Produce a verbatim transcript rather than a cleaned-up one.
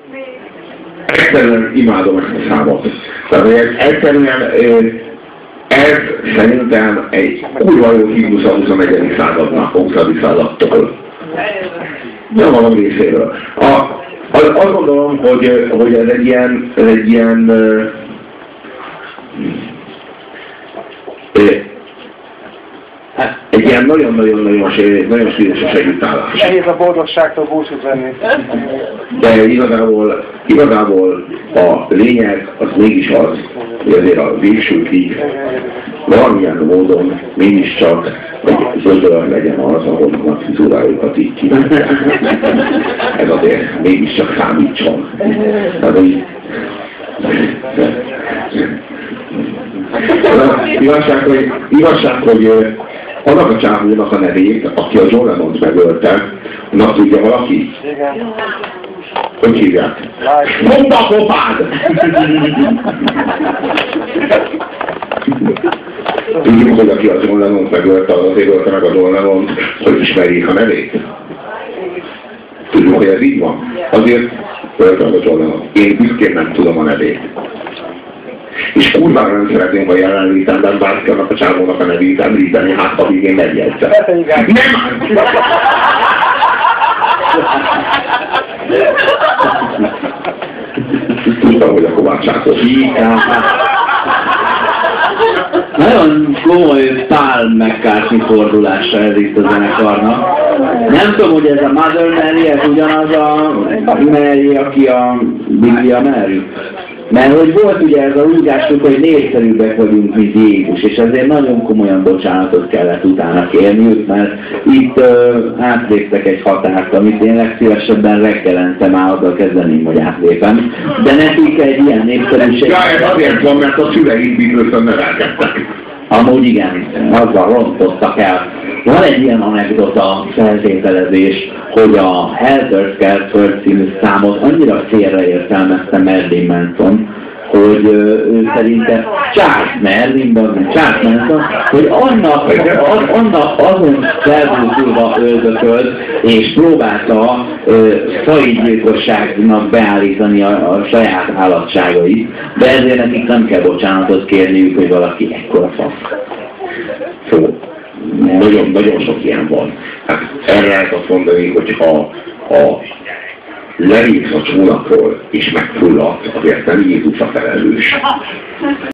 egyszerűen imádom ezt a számot. Tehát egyszerűen ez szerintem egy kurva jó himnusz a huszonegyedik századnak, a huszadik századtól. Nem valami részéről. A, az, azt gondolom, hogy, hogy ez egy ilyen, ez egy ilyen uh, uh, egy ilyen nagyon-nagyon-nagyon nagyon szíveses együttállás. Nehéz a boldogságtól búcsút venni. De igazából, igazából a lényeg az mégis az, hogy azért a végsőkig valamilyen módon mégiscsak egy zöldön legyen az, ahol a frizúrájukat így kívánják. Ez azért mégiscsak számítson. Tehát, hogy igazság, hogy, igazság, hogy annak a csávónak a nevét, aki a John Lennont megölte, annak tudja valaki? Igen. Hogy hívják? Mondd a kopád! Tudjuk, hogy aki a John Lennont megölte, az azért ölte meg a John Lennont, hogy ismerjék a nevét. Tudjuk, hogy ez így van. Azért ölte meg a John Lennont. Én büszkén nem tudom a nevét. És kurvára nem szeretném a jelenlétemben bárki annak a csávónak a nevét említeni, hát ha végén megjegyzem. Nem áll! Tudtam, hogy a Kovács Ákos. Nagyon komoly Paul McCartney fordulása ez itt a zenekarnak. Nem tudom, hogy ez a Mother Mary, ez ugyanaz a Mary, aki a Biblia Mary. Mert hogy volt ugye ez a rúgásuk, hogy népszerűbbek vagyunk, mint Jézus, és ezért nagyon komolyan bocsánatot kellett utána kérniük, mert itt uh, átléptek egy határt, amit én legszívesebben reggelente már azzal kezdeném, hogy átlépem. De nekik egy ilyen népszerűség... Ja, ez azért van, mert a szüleik Beatlesen nevelkedtek. Amúgy igen, azzal rontottak el. Van egy ilyen anekdota feltételezés, hogy a Helter Skelter című számot annyira félreértelmezte Marilyn Manson, hogy ő szerinte Charles Merlin, Charles Manson, hogy annak, annak azon felbúsulva öldökölt, és próbálta fajgyilkosságnak beállítani a, a saját állatságait, de ezért nekik nem kell bocsánatot kérniük, hogy valaki ekkora fasz. Szóval nagyon, nagyon sok ilyen van. Hát erre lehet azt mondani, hogy ha a lelépsz a csónakról és megfulladsz, azért nem Jézus a felelős.